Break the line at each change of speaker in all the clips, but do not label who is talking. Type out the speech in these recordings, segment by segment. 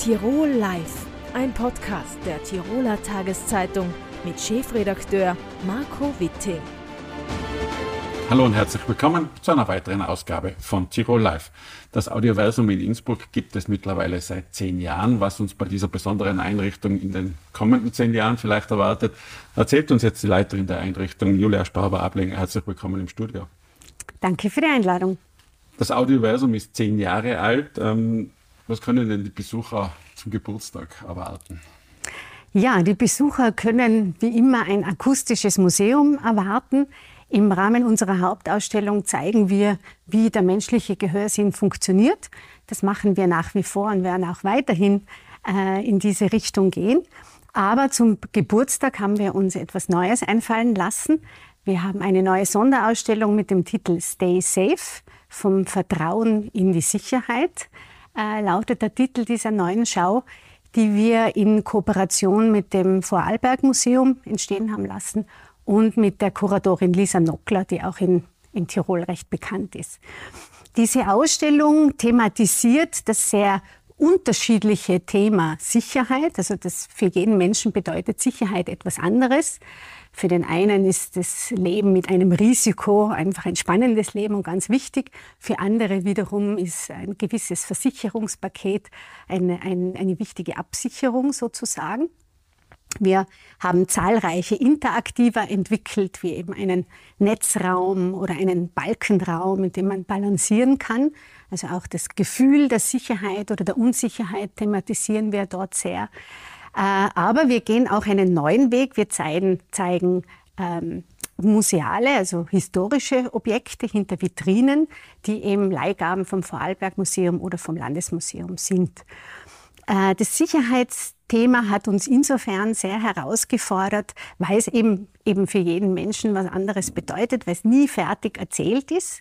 Tirol Live, ein Podcast der Tiroler Tageszeitung mit Chefredakteur Marco Witte.
Hallo und herzlich willkommen zu einer weiteren Ausgabe von Tirol Live. Das Audioversum in Innsbruck gibt es mittlerweile seit 10 Jahren. Was uns bei dieser besonderen Einrichtung in den kommenden 10 Jahren vielleicht erwartet, erzählt uns jetzt die Leiterin der Einrichtung, Julia Sparber-Ablinger. Herzlich willkommen im Studio.
Danke für die Einladung.
Das Audioversum ist 10 Jahre alt. Was können denn die Besucher zum Geburtstag erwarten?
Ja, die Besucher können wie immer ein akustisches Museum erwarten. Im Rahmen unserer Hauptausstellung zeigen wir, wie der menschliche Gehörsinn funktioniert. Das machen wir nach wie vor und werden auch weiterhin in diese Richtung gehen. Aber zum Geburtstag haben wir uns etwas Neues einfallen lassen. Wir haben eine neue Sonderausstellung mit dem Titel Stay Safe, vom Vertrauen in die Sicherheit. Lautet der Titel dieser neuen Schau, die wir in Kooperation mit dem Vorarlberg-Museum entstehen haben lassen und mit der Kuratorin Lisa Nockler, die auch in Tirol recht bekannt ist. Diese Ausstellung thematisiert das sehr unterschiedliche Thema Sicherheit. Also das für jeden Menschen bedeutet Sicherheit etwas anderes. Für den einen ist das Leben mit einem Risiko einfach ein spannendes Leben und ganz wichtig. Für andere wiederum ist ein gewisses Versicherungspaket eine wichtige Absicherung sozusagen. Wir haben zahlreiche Interaktiva entwickelt, wie eben einen Netzraum oder einen Balkenraum, in dem man balancieren kann. Also auch das Gefühl der Sicherheit oder der Unsicherheit thematisieren wir dort sehr. Aber wir gehen auch einen neuen Weg. Wir zeigen museale, also historische Objekte hinter Vitrinen, die eben Leihgaben vom Vorarlberg-Museum oder vom Landesmuseum sind. Das Sicherheitsthema hat uns insofern sehr herausgefordert, weil es eben für jeden Menschen was anderes bedeutet, weil es nie fertig erzählt ist.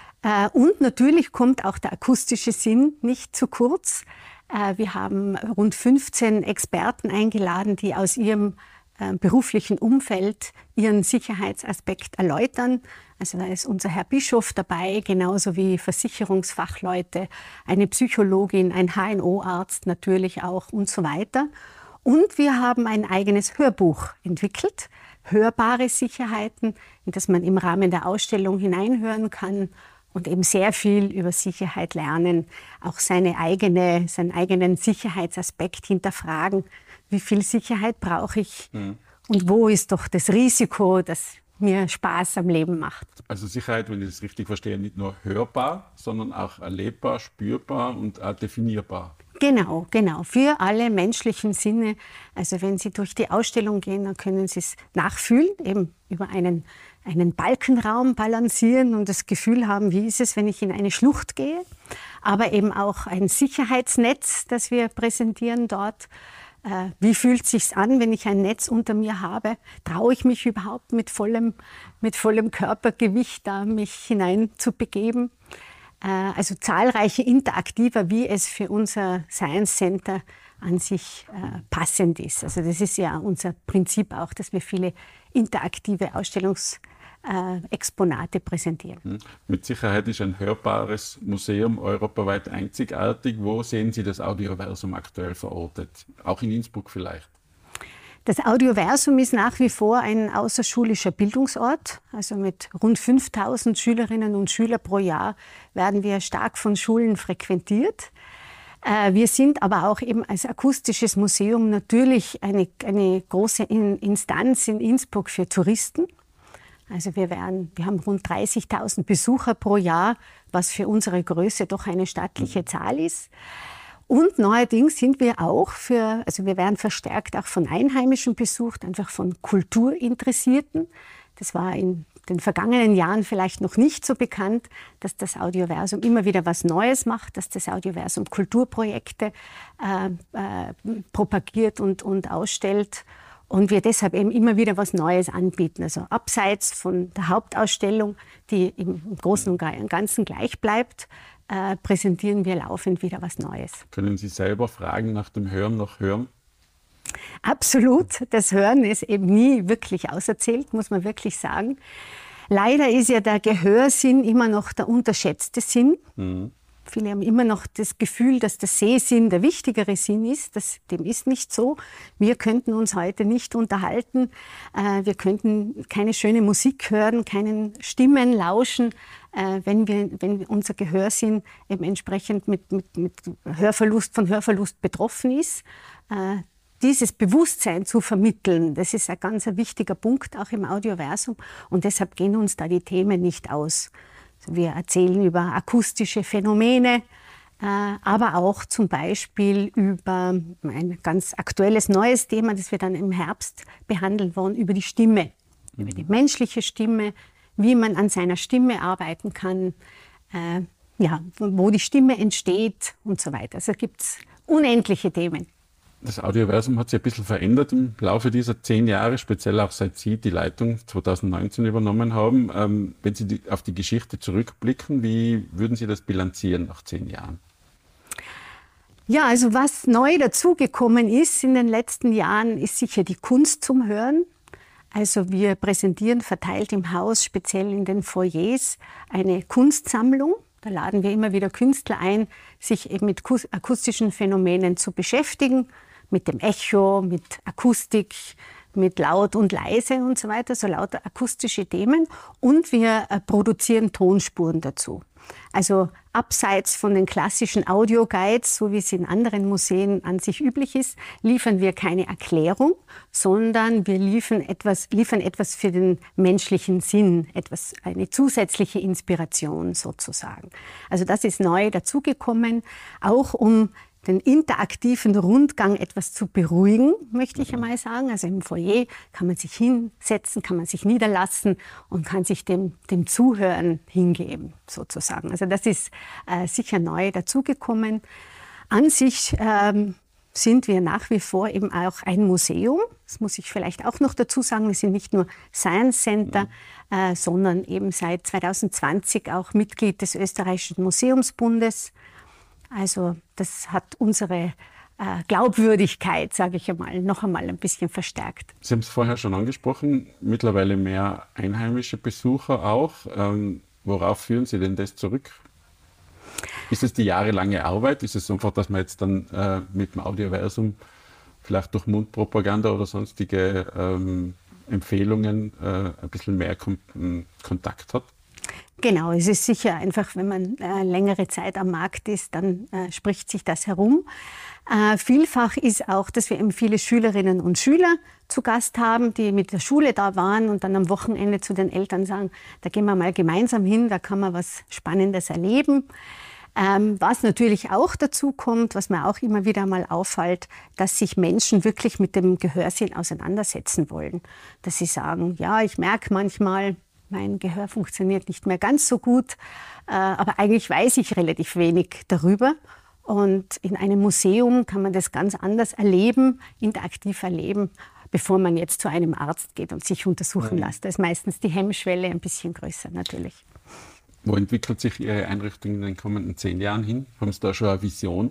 Und natürlich kommt auch der akustische Sinn nicht zu kurz. Wir haben rund 15 Experten eingeladen, die aus ihrem beruflichen Umfeld ihren Sicherheitsaspekt erläutern. Also da ist unser Herr Bischof dabei, genauso wie Versicherungsfachleute, eine Psychologin, ein HNO-Arzt natürlich auch und so weiter. Und wir haben ein eigenes Hörbuch entwickelt, hörbare Sicherheiten, in das man im Rahmen der Ausstellung hineinhören kann und eben sehr viel über Sicherheit lernen, auch seinen eigenen Sicherheitsaspekt hinterfragen. Wie viel Sicherheit brauche ich und wo ist doch das Risiko, das mir Spaß am Leben macht?
Also Sicherheit, wenn ich das richtig verstehe, nicht nur hörbar, sondern auch erlebbar, spürbar und auch definierbar.
Genau. Für alle menschlichen Sinne. Also wenn Sie durch die Ausstellung gehen, dann können Sie es nachfühlen, eben über einen Balkenraum balancieren und das Gefühl haben, wie ist es, wenn ich in eine Schlucht gehe. Aber eben auch ein Sicherheitsnetz, das wir präsentieren dort. Wie fühlt es sich an, wenn ich ein Netz unter mir habe? Traue ich mich überhaupt mit vollem Körpergewicht da mich hineinzubegeben? Also zahlreiche Interaktiva, wie es für unser Science Center an sich passend ist. Also das ist ja unser Prinzip auch, dass wir viele interaktive Ausstellungsexponate präsentieren.
Mit Sicherheit ist ein hörbares Museum europaweit einzigartig. Wo sehen Sie das Audioversum aktuell verortet? Auch in Innsbruck vielleicht?
Das Audioversum ist nach wie vor ein außerschulischer Bildungsort. Also mit rund 5.000 Schülerinnen und Schülern pro Jahr werden wir stark von Schulen frequentiert. Wir sind aber auch eben als akustisches Museum natürlich eine große Instanz in Innsbruck für Touristen. Also wir haben rund 30.000 Besucher pro Jahr, was für unsere Größe doch eine stattliche Zahl ist. Und neuerdings sind wir auch wir werden verstärkt auch von Einheimischen besucht, einfach von Kulturinteressierten. Das war in den vergangenen Jahren vielleicht noch nicht so bekannt, dass das Audioversum immer wieder was Neues macht, dass das Audioversum Kulturprojekte propagiert und ausstellt. Und wir deshalb eben immer wieder was Neues anbieten. Also abseits von der Hauptausstellung, die im Großen und Ganzen gleich bleibt, präsentieren wir laufend wieder was Neues.
Können Sie selber fragen nach dem Hören noch hören?
Absolut. Das Hören ist eben nie wirklich auserzählt, muss man wirklich sagen. Leider ist ja der Gehörsinn immer noch der unterschätzte Sinn. Viele haben immer noch das Gefühl, dass der Sehsinn der wichtigere Sinn ist. Dem ist nicht so. Wir könnten uns heute nicht unterhalten. Wir könnten keine schöne Musik hören, keinen Stimmen lauschen, wenn unser Gehörsinn eben entsprechend mit von Hörverlust betroffen ist. Dieses Bewusstsein zu vermitteln, das ist ein ganz wichtiger Punkt auch im Audioversum. Und deshalb gehen uns da die Themen nicht aus. Wir erzählen über akustische Phänomene, aber auch zum Beispiel über ein ganz aktuelles neues Thema, das wir dann im Herbst behandeln wollen, über die Stimme, über die menschliche Stimme, wie man an seiner Stimme arbeiten kann, wo die Stimme entsteht und so weiter. Also gibt es unendliche Themen.
Das Audioversum hat sich ein bisschen verändert im Laufe dieser 10 Jahre, speziell auch seit Sie die Leitung 2019 übernommen haben. Wenn Sie auf die Geschichte zurückblicken, wie würden Sie das bilanzieren nach 10 Jahren?
Ja, also was neu dazugekommen ist in den letzten Jahren, ist sicher die Kunst zum Hören. Also wir präsentieren verteilt im Haus, speziell in den Foyers, eine Kunstsammlung. Da laden wir immer wieder Künstler ein, sich eben mit akustischen Phänomenen zu beschäftigen, mit dem Echo, mit Akustik, mit laut und leise und so weiter, so lauter akustische Themen. Und wir produzieren Tonspuren dazu. Also abseits von den klassischen Audioguides, so wie es in anderen Museen an sich üblich ist, liefern wir keine Erklärung, sondern wir liefern etwas für den menschlichen Sinn, eine zusätzliche Inspiration sozusagen. Also das ist neu dazugekommen, auch um den interaktiven Rundgang etwas zu beruhigen, möchte ich einmal sagen. Also im Foyer kann man sich hinsetzen, kann man sich niederlassen und kann sich dem Zuhören hingeben, sozusagen. Also das ist sicher neu dazugekommen. An sich sind wir nach wie vor eben auch ein Museum. Das muss ich vielleicht auch noch dazu sagen. Wir sind nicht nur Science Center, sondern eben seit 2020 auch Mitglied des Österreichischen Museumsbundes. Also das hat unsere Glaubwürdigkeit, sage ich einmal, noch einmal ein bisschen verstärkt.
Sie haben es vorher schon angesprochen, mittlerweile mehr einheimische Besucher auch. Worauf führen Sie denn das zurück? Ist es die jahrelange Arbeit? Ist es einfach, dass man jetzt dann mit dem Audioversum vielleicht durch Mundpropaganda oder sonstige Empfehlungen ein bisschen mehr Kontakt hat?
Genau, es ist sicher einfach, wenn man längere Zeit am Markt ist, dann spricht sich das herum. Vielfach ist auch, dass wir eben viele Schülerinnen und Schüler zu Gast haben, die mit der Schule da waren und dann am Wochenende zu den Eltern sagen, da gehen wir mal gemeinsam hin, da kann man was Spannendes erleben. Was natürlich auch dazu kommt, was mir auch immer wieder mal auffällt, dass sich Menschen wirklich mit dem Gehörsinn auseinandersetzen wollen. Dass sie sagen, ja, ich merke manchmal, mein Gehör funktioniert nicht mehr ganz so gut, aber eigentlich weiß ich relativ wenig darüber. Und in einem Museum kann man das ganz anders erleben, interaktiv erleben, bevor man jetzt zu einem Arzt geht und sich untersuchen lässt. Da ist meistens die Hemmschwelle ein bisschen größer natürlich.
Wo entwickelt sich Ihre Einrichtung in den kommenden 10 Jahren hin? Haben Sie da schon eine Vision?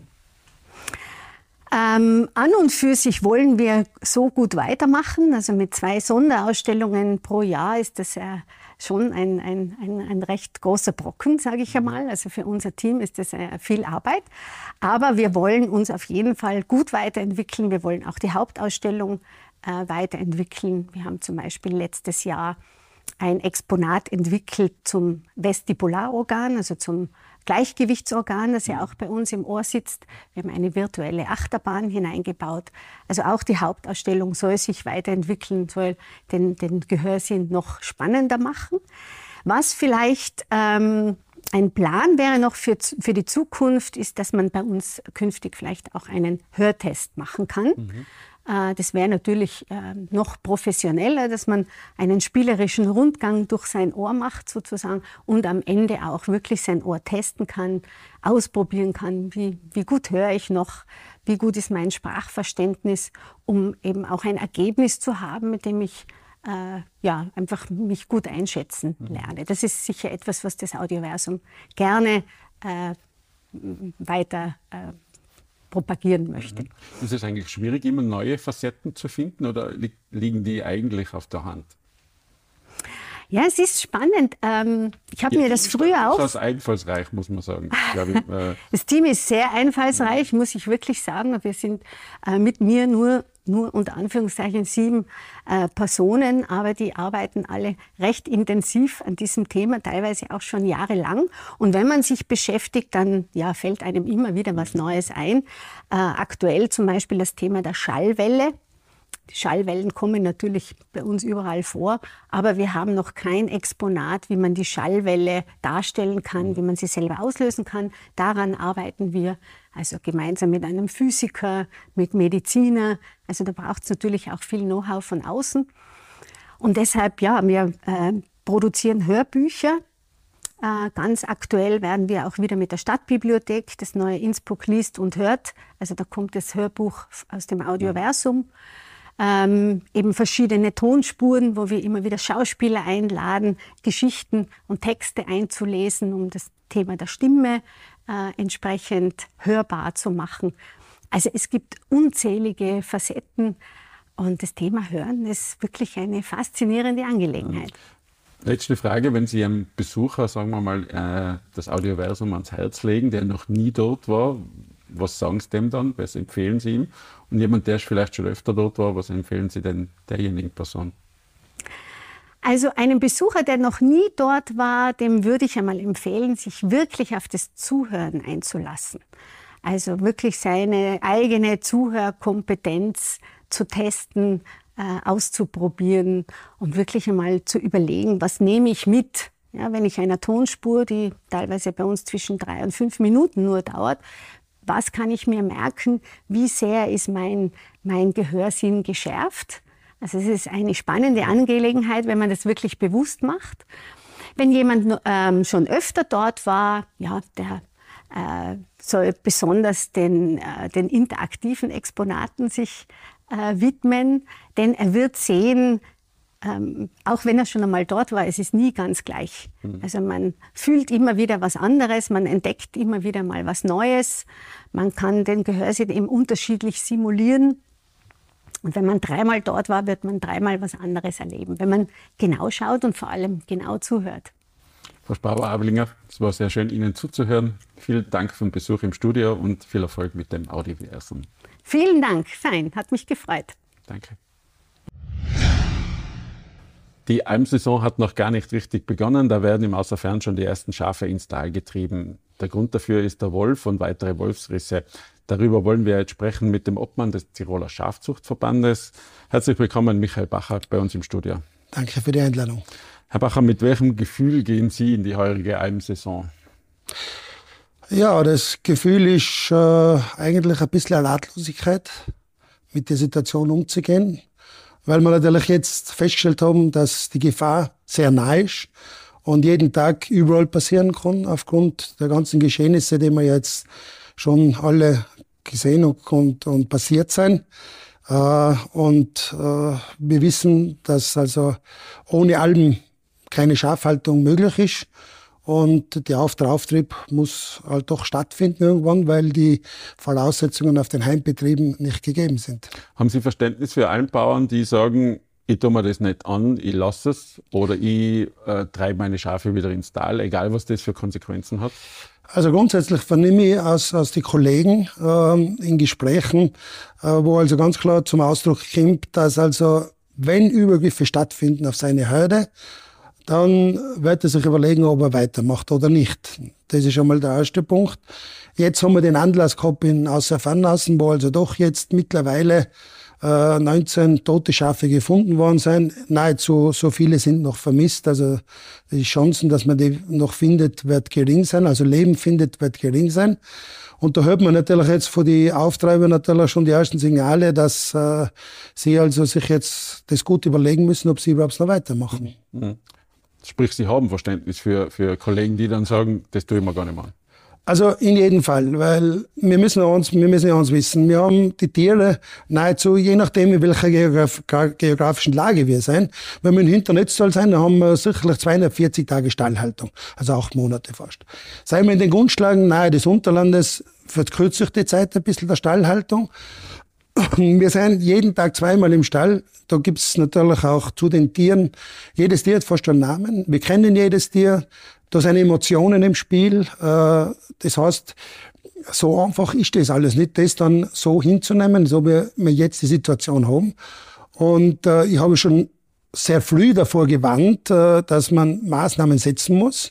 An und für sich wollen wir so gut weitermachen. Also mit 2 Sonderausstellungen pro Jahr ist das schon ein recht großer Brocken, sage ich einmal. Also für unser Team ist das viel Arbeit. Aber wir wollen uns auf jeden Fall gut weiterentwickeln. Wir wollen auch die Hauptausstellung weiterentwickeln. Wir haben zum Beispiel letztes Jahr ein Exponat entwickelt zum Vestibularorgan, also zum Gleichgewichtsorgan, das ja auch bei uns im Ohr sitzt. Wir haben eine virtuelle Achterbahn hineingebaut. Also auch die Hauptausstellung soll sich weiterentwickeln, soll den Gehörsinn noch spannender machen. Was vielleicht ein Plan wäre noch für die Zukunft, ist, dass man bei uns künftig vielleicht auch einen Hörtest machen kann. Das wäre natürlich noch professioneller, dass man einen spielerischen Rundgang durch sein Ohr macht sozusagen und am Ende auch wirklich sein Ohr testen kann, ausprobieren kann, wie gut höre ich noch, wie gut ist mein Sprachverständnis, um eben auch ein Ergebnis zu haben, mit dem ich einfach mich gut einschätzen lerne. Das ist sicher etwas, was das Audioversum gerne weiter propagieren möchte.
Ist es eigentlich schwierig, immer neue Facetten zu finden oder liegen die eigentlich auf der Hand?
Ja, es ist spannend. Ich habe mir das früher auch...
Das ist einfallsreich, muss man sagen.
Das Team ist sehr einfallsreich, muss ich wirklich sagen. Wir sind mit mir nur unter Anführungszeichen 7 Personen, aber die arbeiten alle recht intensiv an diesem Thema, teilweise auch schon jahrelang. Und wenn man sich beschäftigt, dann fällt einem immer wieder was Neues ein. Aktuell zum Beispiel das Thema der Schallwelle. Die Schallwellen kommen natürlich bei uns überall vor, aber wir haben noch kein Exponat, wie man die Schallwelle darstellen kann, wie man sie selber auslösen kann. Daran arbeiten wir, also gemeinsam mit einem Physiker, mit Mediziner. Also da braucht es natürlich auch viel Know-how von außen. Und deshalb, wir produzieren Hörbücher. Ganz aktuell werden wir auch wieder mit der Stadtbibliothek das neue Innsbruck liest und hört. Also da kommt das Hörbuch aus dem Audioversum. Eben verschiedene Tonspuren, wo wir immer wieder Schauspieler einladen, Geschichten und Texte einzulesen, um das Thema der Stimme entsprechend hörbar zu machen. Also es gibt unzählige Facetten und das Thema Hören ist wirklich eine faszinierende Angelegenheit.
Letzte Frage, wenn Sie einem Besucher, sagen wir mal, das Audioversum ans Herz legen, der noch nie dort war, was sagen Sie dem dann? Was empfehlen Sie ihm? Und jemand, der vielleicht schon öfter dort war, was empfehlen Sie denn derjenigen Person?
Also einem Besucher, der noch nie dort war, dem würde ich einmal empfehlen, sich wirklich auf das Zuhören einzulassen. Also wirklich seine eigene Zuhörkompetenz zu testen, auszuprobieren und wirklich einmal zu überlegen, was nehme ich mit? Ja, wenn ich einer Tonspur, die teilweise bei uns zwischen 3 und 5 Minuten nur dauert, was kann ich mir merken, wie sehr ist mein Gehörsinn geschärft? Also es ist eine spannende Angelegenheit, wenn man das wirklich bewusst macht. Wenn jemand schon öfter dort war, der soll besonders den interaktiven Exponaten sich widmen, denn er wird sehen, auch wenn er schon einmal dort war, es ist nie ganz gleich. Also man fühlt immer wieder was anderes, man entdeckt immer wieder mal was Neues. Man kann den Gehörsinn eben unterschiedlich simulieren. Und wenn man 3-mal dort war, wird man 3-mal was anderes erleben, wenn man genau schaut und vor allem genau zuhört.
Frau Sparber-Ablinger, es war sehr schön, Ihnen zuzuhören. Vielen Dank für den Besuch im Studio und viel Erfolg mit dem Audioversum.
Vielen Dank, fein, hat mich gefreut.
Danke. Die Almsaison hat noch gar nicht richtig begonnen. Da werden im Außerfern schon die ersten Schafe ins Tal getrieben. Der Grund dafür ist der Wolf und weitere Wolfsrisse. Darüber wollen wir jetzt sprechen mit dem Obmann des Tiroler Schafzuchtverbandes. Herzlich willkommen, Michael Bacher, bei uns im Studio.
Danke für die Einladung.
Herr Bacher, mit welchem Gefühl gehen Sie in die heurige Almsaison?
Ja, das Gefühl ist eigentlich ein bisschen eine Ratlosigkeit, mit der Situation umzugehen. Weil wir natürlich jetzt festgestellt haben, dass die Gefahr sehr nah ist und jeden Tag überall passieren kann, aufgrund der ganzen Geschehnisse, die wir jetzt schon alle gesehen und passiert sind. Wir wissen, dass also ohne Alm keine Schafhaltung möglich ist. Und der Auftrieb muss halt doch stattfinden irgendwann, weil die Voraussetzungen auf den Heimbetrieben nicht gegeben sind.
Haben Sie Verständnis für Almbauern, die sagen, ich tue mir das nicht an, ich lasse es oder ich treibe meine Schafe wieder ins Tal, egal was das für Konsequenzen hat?
Also grundsätzlich vernehme ich aus den Kollegen in Gesprächen, wo also ganz klar zum Ausdruck kommt, dass also, wenn Übergriffe stattfinden auf seine Herde, dann wird er sich überlegen, ob er weitermacht oder nicht. Das ist schon mal der erste Punkt. Jetzt haben wir den Anlass gehabt in Außerfernlassen, wo also doch jetzt mittlerweile 19 tote Schafe gefunden worden sind. Nahezu so viele sind noch vermisst. Also die Chancen, dass man die noch findet, wird gering sein. Also Leben findet, wird gering sein. Und da hört man natürlich jetzt von den Auftreibern natürlich schon die ersten Signale, dass sie also sich jetzt das gut überlegen müssen, ob sie überhaupt noch weitermachen.
Mhm. Sprich, Sie haben Verständnis für Kollegen, die dann sagen, das tue ich mir gar nicht mehr an.
Also in jedem Fall, weil wir müssen ja uns wissen, wir haben die Tiere nahezu, je nachdem in welcher geografischen Lage wir sind, wenn wir in Hinternetztal sein, dann haben wir sicherlich 240 Tage Stallhaltung, also 8 Monate fast. Seien wir in den Grundschlagen nahe des Unterlandes, verkürzt sich die Zeit ein bisschen der Stallhaltung. Wir sind jeden Tag zweimal im Stall. Da gibt es natürlich auch zu den Tieren, jedes Tier hat fast einen Namen. Wir kennen jedes Tier. Da sind Emotionen im Spiel. Das heißt, so einfach ist das alles nicht, das dann so hinzunehmen, so wie wir jetzt die Situation haben. Und ich habe schon sehr früh davor gewarnt, dass man Maßnahmen setzen muss,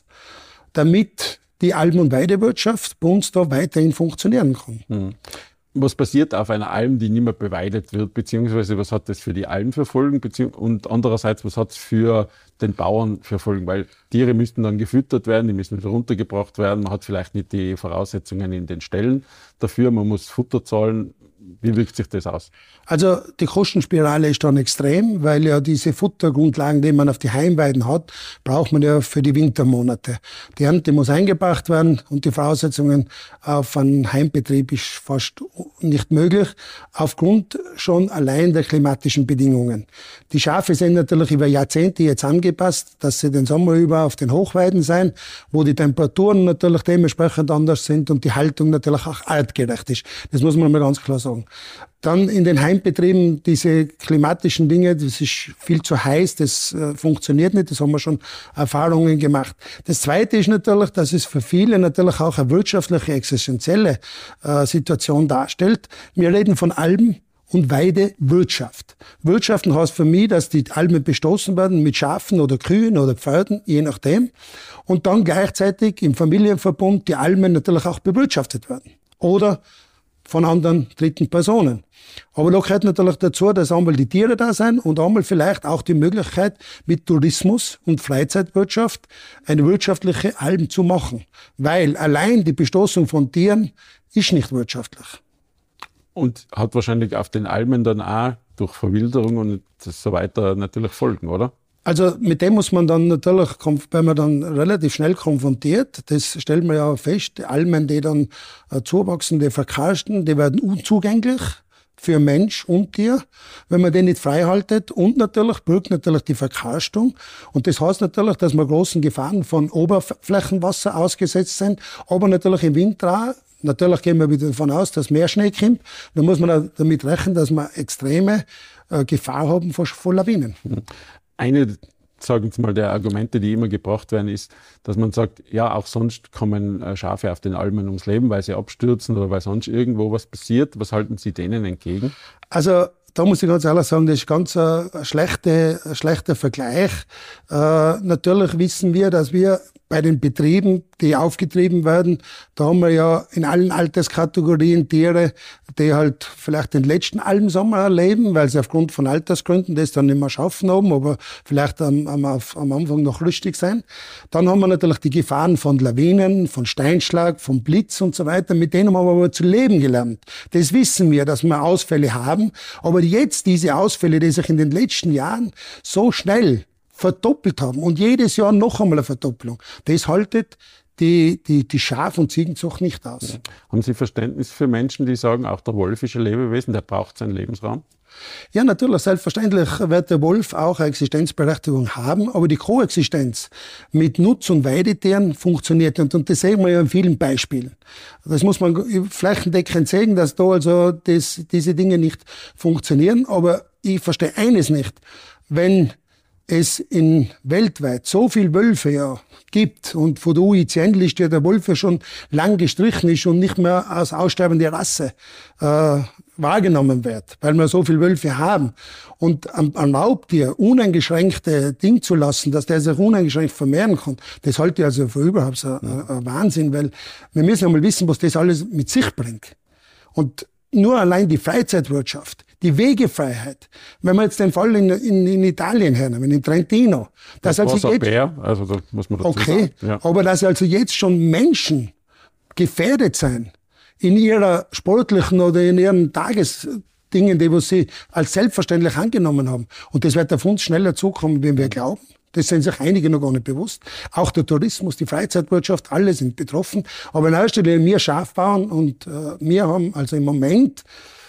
damit die Alm- und Weidewirtschaft bei uns da weiterhin funktionieren kann.
Was passiert auf einer Alm, die nicht mehr beweidet wird, beziehungsweise was hat das für die Alm für Folgen, und andererseits, was hat es für den Bauern für Folgen? Weil Tiere müssten dann gefüttert werden, die müssen wieder runtergebracht werden, man hat vielleicht nicht die Voraussetzungen in den Ställen dafür, man muss Futter zahlen. Wie wirkt sich das aus?
Also die Kostenspirale ist dann extrem, weil ja diese Futtergrundlagen, die man auf die Heimweiden hat, braucht man ja für die Wintermonate. Die Ernte muss eingebracht werden und die Voraussetzungen auf einen Heimbetrieb ist fast nicht möglich, aufgrund schon allein der klimatischen Bedingungen. Die Schafe sind natürlich über Jahrzehnte jetzt angepasst, dass sie den Sommer über auf den Hochweiden sein, wo die Temperaturen natürlich dementsprechend anders sind und die Haltung natürlich auch artgerecht ist. Das muss man mal ganz klar sagen. Dann in den Heimbetrieben diese klimatischen Dinge, das ist viel zu heiß, das funktioniert nicht, das haben wir schon Erfahrungen gemacht. Das Zweite ist natürlich, dass es für viele natürlich auch eine wirtschaftliche, existenzielle Situation darstellt. Wir reden von Alm- und Weidewirtschaft. Wirtschaften heißt für mich, dass die Almen bestoßen werden mit Schafen oder Kühen oder Pferden, je nachdem. Und dann gleichzeitig im Familienverbund die Almen natürlich auch bewirtschaftet werden. Oder von anderen dritten Personen. Aber da gehört natürlich dazu, dass einmal die Tiere da sind und einmal vielleicht auch die Möglichkeit, mit Tourismus und Freizeitwirtschaft eine wirtschaftliche Alm zu machen. Weil allein die Bestoßung von Tieren ist nicht wirtschaftlich.
Und hat wahrscheinlich auf den Almen dann auch durch Verwilderung und so weiter natürlich Folgen, oder?
Also mit dem muss man dann natürlich, wenn man dann relativ schnell konfrontiert, das stellt man ja fest, die Almen, die dann zuwachsen, die verkarsten, die werden unzugänglich für Mensch und Tier, wenn man den nicht freihaltet. Und natürlich birgt natürlich die Verkarstung. Und das heißt natürlich, dass wir großen Gefahren von Oberflächenwasser ausgesetzt sind, aber natürlich im Winter auch. Natürlich gehen wir wieder davon aus, dass mehr Schnee kommt. Da muss man auch damit rechnen, dass wir extreme Gefahr haben vor Lawinen.
Eine, sagen Sie mal, der Argumente, die immer gebracht werden, ist, dass man sagt, ja, auch sonst kommen Schafe auf den Almen ums Leben, weil sie abstürzen oder weil sonst irgendwo was passiert. Was halten Sie denen entgegen?
Also da muss ich ganz ehrlich sagen, das ist ganz ein schlechter Vergleich. Natürlich wissen wir, dass wir bei den Betrieben, die aufgetrieben werden, da haben wir ja in allen Alterskategorien Tiere, die halt vielleicht den letzten Almsommer erleben, weil sie aufgrund von Altersgründen das dann nicht mehr schaffen haben, aber vielleicht am Anfang noch lustig sein. Dann haben wir natürlich die Gefahren von Lawinen, von Steinschlag, von Blitz und so weiter. Mit denen haben wir aber zu leben gelernt. Das wissen wir, dass wir Ausfälle haben. Aber jetzt diese Ausfälle, die sich in den letzten Jahren so schnell verdoppelt haben und jedes Jahr noch einmal eine Verdoppelung, das haltet die Schaf- und Ziegenzucht nicht aus.
Ja. Haben Sie Verständnis für Menschen, die sagen, auch der Wolf ist ein Lebewesen, der braucht seinen Lebensraum?
Ja, natürlich, selbstverständlich wird der Wolf auch eine Existenzberechtigung haben, aber die Koexistenz mit Nutz- und Weidetieren funktioniert nicht. Und das sehen wir ja in vielen Beispielen. Das muss man flächendeckend sehen, dass da also diese Dinge nicht funktionieren. Aber ich verstehe eines nicht, wenn es weltweit so viel Wölfe ja gibt und von der UICN-Liste der Wolf ja schon lang gestrichen ist und nicht mehr als aussterbende Rasse wahrgenommen wird, weil wir so viele Wölfe haben. Und ein Raubtier uneingeschränkte Ding zu lassen, dass der sich uneingeschränkt vermehren kann, das halte ich also für überhaupt so ein Wahnsinn, weil wir müssen ja mal wissen, was das alles mit sich bringt. Und nur allein die Freizeitwirtschaft, die Wegefreiheit. Wenn wir jetzt den Fall in Italien hernehmen, in Trentino.
Das also jetzt, Bär, also da muss man dazu sagen.
Ja. Aber dass also jetzt schon Menschen gefährdet sein in ihrer sportlichen oder in ihren Tagesdingen, die was sie als selbstverständlich angenommen haben. Und das wird auf uns schneller zukommen, wie wir glauben. Das sind sich einige noch gar nicht bewusst. Auch der Tourismus, die Freizeitwirtschaft, alle sind betroffen. Aber in erster Linie wir Schafbauern und wir haben also im Moment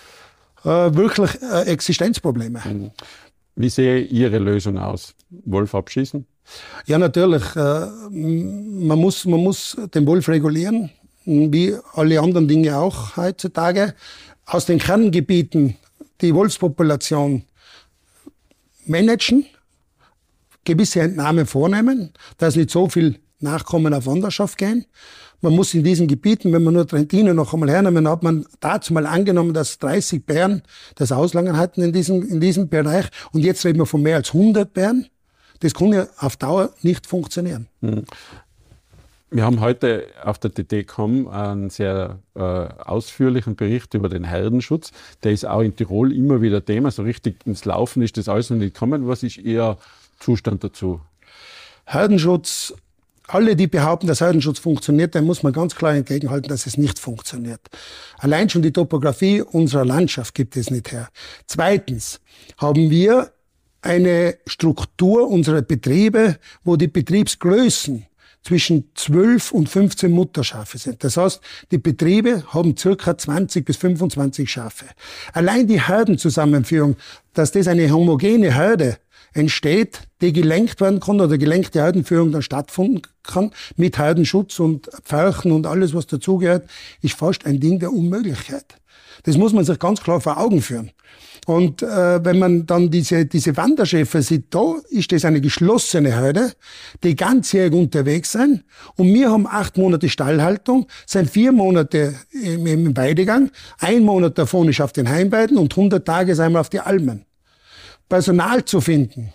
wirklich Existenzprobleme.
Wie sehe Ihre Lösung aus? Wolf abschießen?
Ja, natürlich. Man muss den Wolf regulieren, wie alle anderen Dinge auch heutzutage. Aus den Kerngebieten die Wolfspopulation managen, gewisse Entnahmen vornehmen, dass nicht so viel Nachkommen auf Wanderschaft gehen. Man muss in diesen Gebieten, wenn man nur Trentino noch einmal hernehmen, hat man dazu mal angenommen, dass 30 Bären das Auslangen hatten in diesem Bereich. Und jetzt reden wir von mehr als 100 Bären. Das kann ja auf Dauer nicht funktionieren.
Wir haben heute auf der TT.com einen sehr ausführlichen Bericht über den Herdenschutz. Der ist auch in Tirol immer wieder Thema. So richtig ins Laufen ist das alles noch nicht gekommen. Was ist Ihr Zustand dazu?
Herdenschutz. Alle, die behaupten, dass Herdenschutz funktioniert, dann muss man ganz klar entgegenhalten, dass es nicht funktioniert. Allein schon die Topografie unserer Landschaft gibt es nicht her. Zweitens haben wir eine Struktur unserer Betriebe, wo die Betriebsgrößen zwischen 12 und 15 Mutterschafe sind. Das heißt, die Betriebe haben circa 20 bis 25 Schafe. Allein die Herdenzusammenführung, dass das eine homogene Herde entsteht, die gelenkt werden kann oder gelenkte Herdenführung dann stattfinden kann, mit Herdenschutz und Pferchen und alles, was dazugehört, ist fast ein Ding der Unmöglichkeit. Das muss man sich ganz klar vor Augen führen. Und wenn man dann diese Wanderschäfer sieht, da ist das eine geschlossene Herde, die ganzjährig unterwegs sind. Und wir haben 8 Monate Stallhaltung, sind 4 Monate im Weidegang, 1 Monat davon ist auf den Heimweiden und 100 Tage sind wir auf die Almen. Personal zu finden,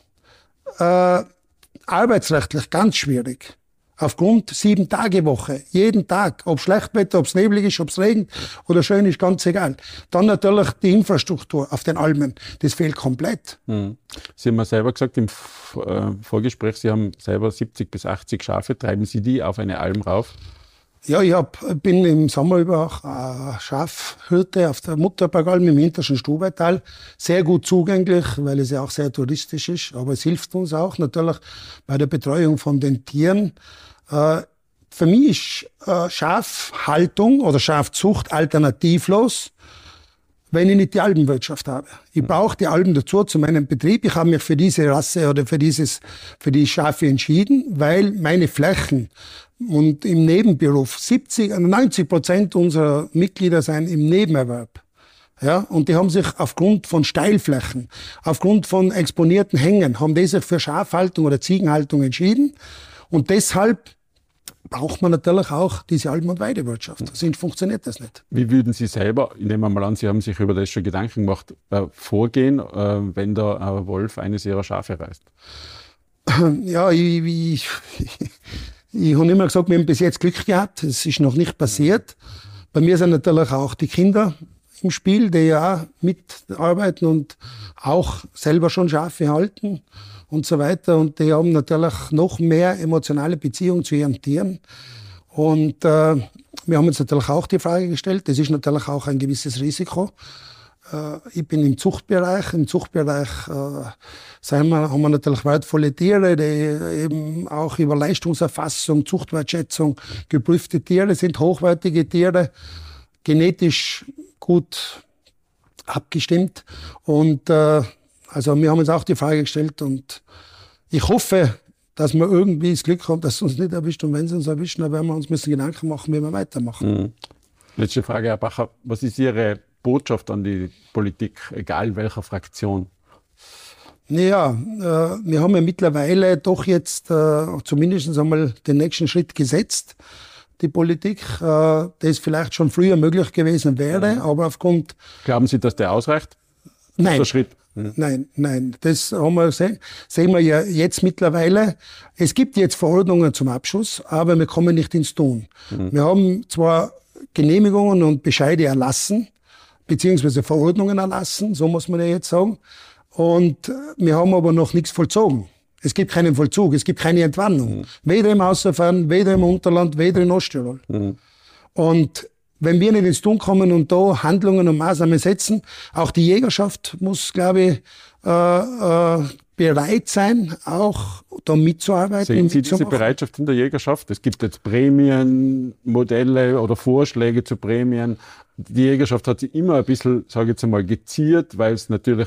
arbeitsrechtlich ganz schwierig. Aufgrund 7-Tage-Woche, jeden Tag, ob Schlechtwetter, ob es neblig ist, ob es regnet oder schön ist, ganz egal. Dann natürlich die Infrastruktur auf den Almen, das fehlt komplett.
Sie haben ja selber gesagt im Vorgespräch, Sie haben selber 70 bis 80 Schafe. Treiben Sie die auf eine Alm rauf?
Ja, ich bin im Sommer über auch Schafhirte auf der Mutterbergalm im hintersten Stubaital. Sehr gut zugänglich, weil es ja auch sehr touristisch ist. Aber es hilft uns auch natürlich bei der Betreuung von den Tieren. Für mich ist Schafhaltung oder Schafzucht alternativlos, wenn ich nicht die Alpenwirtschaft habe. Ich brauche die Alpen dazu zu meinem Betrieb. Ich habe mich für diese Rasse oder für die Schafe entschieden, weil meine Flächen und im Nebenberuf 90% unserer Mitglieder sind im Nebenerwerb. Ja, und die haben sich aufgrund von Steilflächen, aufgrund von exponierten Hängen, haben die sich für Schafhaltung oder Ziegenhaltung entschieden. Und deshalb braucht man natürlich auch diese Alpen- und Weidewirtschaft. Sonst funktioniert das nicht.
Wie würden Sie selber, ich nehme mal an, Sie haben sich über das schon Gedanken gemacht, vorgehen, wenn da ein Wolf eines Ihrer Schafe reißt?
Ja, ich habe immer gesagt, wir haben bis jetzt Glück gehabt. Es ist noch nicht passiert. Bei mir sind natürlich auch die Kinder im Spiel, die ja auch mitarbeiten und auch selber schon Schafe halten und so weiter. Und die haben natürlich noch mehr emotionale Beziehung zu ihren Tieren. Und wir haben uns natürlich auch die Frage gestellt, das ist natürlich auch ein gewisses Risiko. Ich bin im Zuchtbereich. Im Zuchtbereich haben wir natürlich wertvolle Tiere, die eben auch über Leistungserfassung, Zuchtwertschätzung geprüfte Tiere sind, hochwertige Tiere, genetisch gut abgestimmt. Und also wir haben uns auch die Frage gestellt und ich hoffe, dass wir irgendwie das Glück haben, dass es uns nicht erwischt. Und wenn es uns erwischt, dann werden wir uns Gedanken machen, wie wir weitermachen.
Letzte Frage, Herr Bacher. Was ist Ihre Botschaft an die Politik, egal welcher Fraktion?
Ja, wir haben ja mittlerweile doch jetzt zumindest einmal den nächsten Schritt gesetzt, die Politik, das vielleicht schon früher möglich gewesen wäre, aber aufgrund...
Glauben Sie, dass der ausreicht?
Nein.
Der Schritt?
Nein, das haben wir sehen wir ja jetzt mittlerweile. Es gibt jetzt Verordnungen zum Abschuss, aber wir kommen nicht ins Tun. Wir haben zwar Genehmigungen und Bescheide erlassen, beziehungsweise Verordnungen erlassen, so muss man ja jetzt sagen. Und wir haben aber noch nichts vollzogen. Es gibt keinen Vollzug, es gibt keine Entwarnung. Weder im Außerfern, weder im Unterland, weder in Osttirol. Und wenn wir nicht ins Tun kommen und da Handlungen und Maßnahmen setzen, auch die Jägerschaft muss, glaube ich, bereit sein, auch da mitzuarbeiten.
Sehen Sie diese Bereitschaft in der Jägerschaft? Es gibt jetzt Prämienmodelle oder Vorschläge zu Prämien. Die Jägerschaft hat sich immer ein bisschen, sage ich jetzt einmal, geziert, weil es natürlich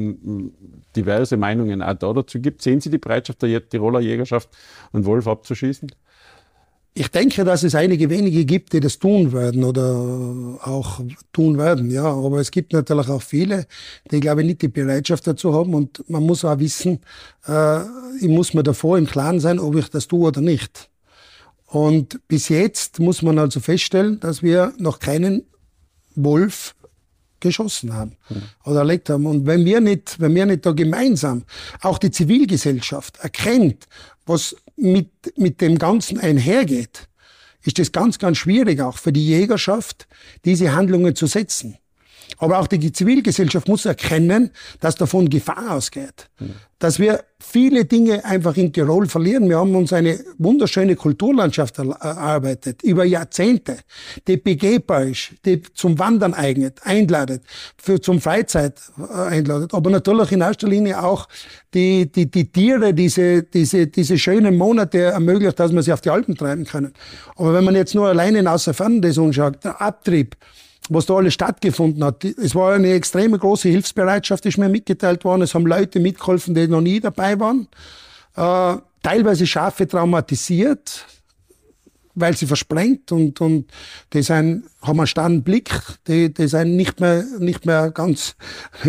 diverse Meinungen auch da dazu gibt. Sehen Sie die Bereitschaft der Tiroler Jägerschaft, einen Wolf abzuschießen?
Ich denke, dass es einige wenige gibt, die das tun werden oder auch tun werden, ja. Aber es gibt natürlich auch viele, die, glaube ich, nicht die Bereitschaft dazu haben. Und man muss auch wissen, ich muss mir davor im Klaren sein, ob ich das tue oder nicht. Und bis jetzt muss man also feststellen, dass wir noch keinen Wolf geschossen haben oder erlegt haben. Und wenn wir nicht da gemeinsam, auch die Zivilgesellschaft erkennt, was mit dem Ganzen einhergeht, ist es ganz, ganz schwierig auch für die Jägerschaft, diese Handlungen zu setzen. Aber auch die Zivilgesellschaft muss erkennen, dass davon Gefahr ausgeht. Dass wir viele Dinge einfach in Tirol verlieren. Wir haben uns eine wunderschöne Kulturlandschaft erarbeitet, über Jahrzehnte, die begehbar ist, die zum Wandern eignet, einladet, zum Freizeit einladet. Aber natürlich in erster Linie auch die Tiere, diese schönen Monate ermöglicht, dass man sie auf die Alpen treiben können. Aber wenn man jetzt nur alleine in Außerfern das anschaut, der Abtrieb, was da alles stattgefunden hat. Es war eine extrem große Hilfsbereitschaft, ist mir mitgeteilt worden. Es haben Leute mitgeholfen, die noch nie dabei waren. Teilweise Schafe traumatisiert, weil sie versprengt und die haben einen starren Blick, die sind nicht mehr ganz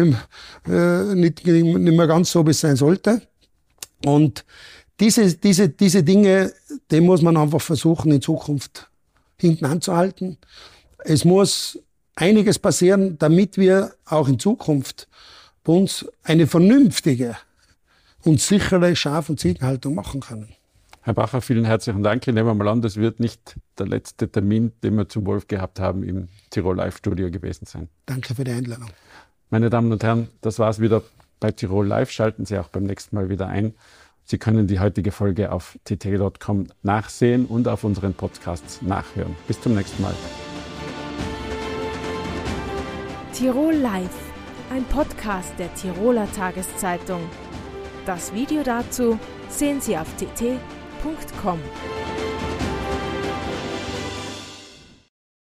so, wie es sein sollte. Und diese Dinge, die muss man einfach versuchen, in Zukunft hinten anzuhalten. Es muss einiges passieren, damit wir auch in Zukunft bei uns eine vernünftige und sichere Schaf- und Ziegenhaltung machen können.
Herr Bacher, vielen herzlichen Dank. Ich nehme mal an, das wird nicht der letzte Termin, den wir zum Wolf gehabt haben, im Tirol Live Studio gewesen sein.
Danke für die Einladung.
Meine Damen und Herren, das war es wieder bei Tirol Live. Schalten Sie auch beim nächsten Mal wieder ein. Sie können die heutige Folge auf tt.com nachsehen und auf unseren Podcasts nachhören. Bis zum nächsten Mal.
Tirol Live, ein Podcast der Tiroler Tageszeitung. Das Video dazu sehen Sie auf tt.com.